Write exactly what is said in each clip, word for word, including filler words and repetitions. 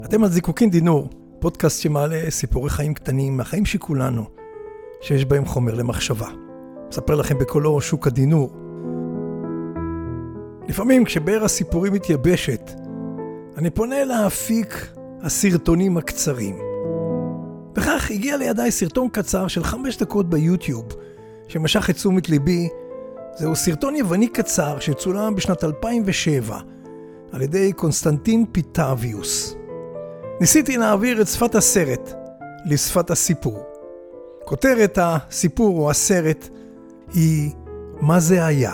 אתם על זיקוקין דינור, פודקאסט שמעלה סיפורי חיים קטנים מהחיים שכולנו, שיש בהם חומר למחשבה. מספר לכם בקולו שוק הדינור. לפעמים כשבאר הסיפורים מתייבשת, אני פונה להפיק הסרטונים הקצרים. וכך הגיע לידיי סרטון קצר של חמש דקות ביוטיוב, שמשך את תשומת ליבי. זהו סרטון יווני קצר שצולם בשנת אלפיים ושבע, על ידי קונסטנטין פיטאביוס. ניסיתי להעביר את שפת הסרט לשפת הסיפור. כותרת הסיפור או הסרט היא מה זה היה.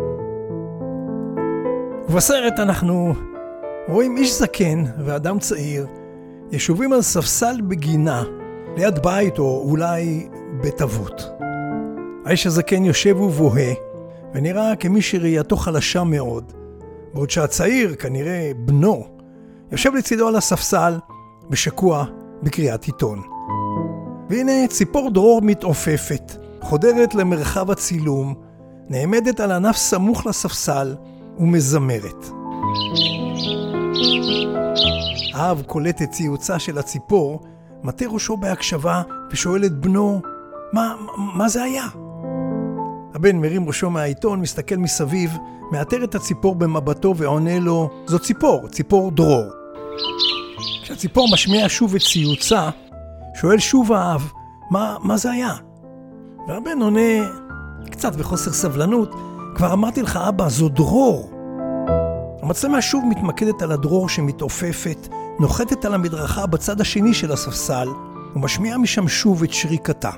ובסרט אנחנו רואים איש זקן ואדם צעיר ישובים על ספסל בגינה ליד בית או אולי בית אבות. האיש הזקן יושב ובוהה ונראה כמי שראייתו חלשה מאוד, בעוד שהצעיר, כנראה בנו, יושב לצידו על הספסל ושקוע בקריאת עיתון. והנה ציפור דרור מתעופפת, חודרת למרחב הצילום, נעמדת על ענף סמוך לספסל ומזמרת. האב קולט את ציוצה של הציפור, מטה ראשו בהקשבה ושואל את בנו, מה, מה זה היה? הבן מרים ראשו מהעיתון, מסתכל מסביב, מאתר את הציפור במבטו ועונה לו, זו ציפור, ציפור דרור. כשהציפור משמיע שוב את ציוצה, שואל שוב האב, מה, מה זה היה? והבן עונה, קצת בחוסר סבלנות, כבר אמרתי לך אבא, זו דרור. המצלמה שוב מתמקדת על הדרור שמתעופפת, נוחתת על המדרכה בצד השני של הספסל, ומשמיעה משם שוב את שריקתה.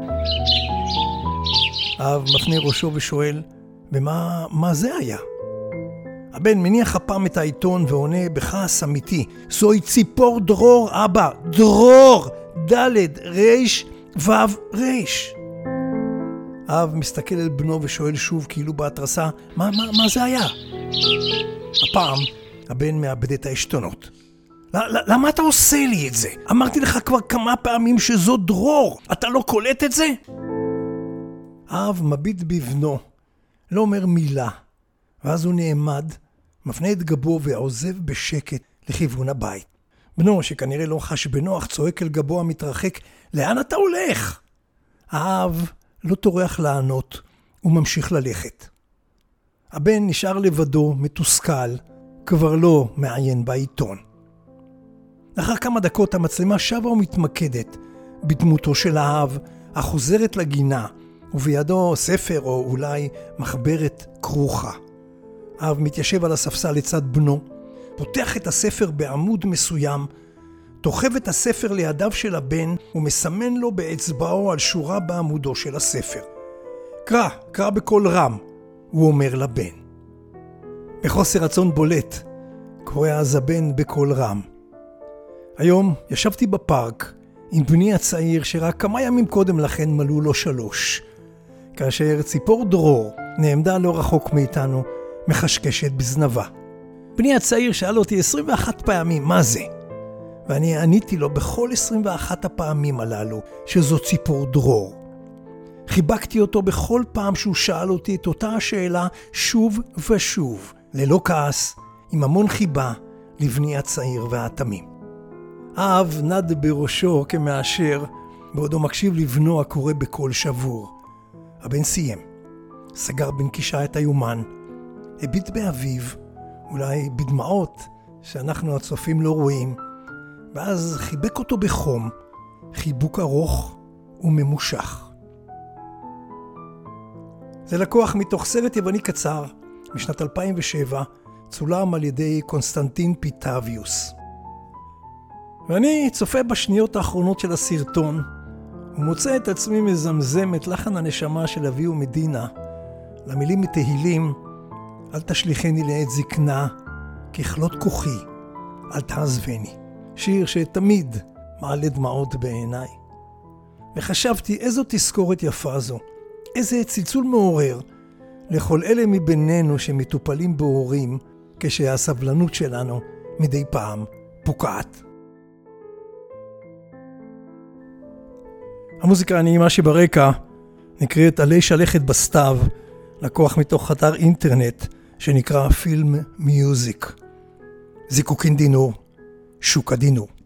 האב מפנה ראשו ושואל, ומה מה זה היה? הבן מניח הפעם את העיתון ועונה בכעס אמיתי, זוהי ציפור דרור אבא, דרור, דלת, ריש, וו, ריש. האב מסתכל אל בנו ושואל שוב כאילו בהתרסה, מה, מה, מה זה היה? הפעם הבן מאבד את העשתונות. למה אתה עושה לי את זה? אמרתי לך כבר כמה פעמים שזו דרור, אתה לא קולט את זה? האב מביט בבנו, לא אומר מילה, ואז הוא נעמד, מפנה את גבו ועוזב בשקט לכיוון הבית. בנו, שכנראה לא חש בנוח, צועק אל גבו המתרחק, לאן אתה הולך? האב לא טורח לענות, הוא ממשיך ללכת. הבן נשאר לבדו, מתוסכל, כבר לא מעיין בעיתון. לאחר כמה דקות המצלמה שבה ומתמקדת בדמותו של האב, החוזרת לגינה, ובידו ספר או אולי מחברת כרוכה. האב מתיישב על הספסל לצד בנו, פותח את הספר בעמוד מסוים, תוחב את הספר לידיו של הבן ומסמן לו באצבעו על שורה בעמודו של הספר. קרא, קרא בקול רם, הוא אומר לבן. בחוסר רצון בולט, קורא אז הבן בקול רם. היום ישבתי בפארק עם בני הצעיר שרק כמה ימים קודם לכן מלאו לו שלוש. כאשר ציפור דרור נעמדה לא רחוק מאיתנו, מחשקשת בזנבה. בני הצעיר שאל אותי עשרים ואחת פעמים מה זה, ואני עניתי לו בכל עשרים ואחת הפעמים הללו שזו ציפור דרור. חיבקתי אותו בכל פעם שהוא שאל אותי את אותה השאלה שוב ושוב, ללא כעס, עם המון חיבה לבני הצעיר והתמים. האב נד בראשו כמאשר, בעודו מקשיב לבנו הקורא בקול שבור. הבן סיים, סגר בנקישה את היומן, הביט באביו, אולי בדמעות שאנחנו הצופים לא רואים, ואז חיבק אותו בחום, חיבוק ארוך וממושך. זה לקוח מתוך סרט יווני קצר, משנת אלפיים ושבע, צולם על ידי קונסטנטין פיטאביוס. ואני צופה בשניות האחרונות של הסרטון, ומוצא את עצמי מזמזם את לחן הנשמה של אבי ומדינה, למילים מתהילים, אל תשליחני לעת זקנה, ככלות כוחי, אל תעזבני. שיר שתמיד מעלה דמעות בעיניי. וחשבתי איזו תזכורת יפה זו, איזה צלצול מעורר, לכל אלה מבינינו שמטופלים בהורים, כשהסבלנות שלנו מדי פעם פוקעת. המוזיקה הנעימה שברקע נקראת עלי שלכת בסתיו, לקוח מתוך אתר אינטרנט שנקרא פילם מיוזיק. זיקוקין דינור, שוקדינו.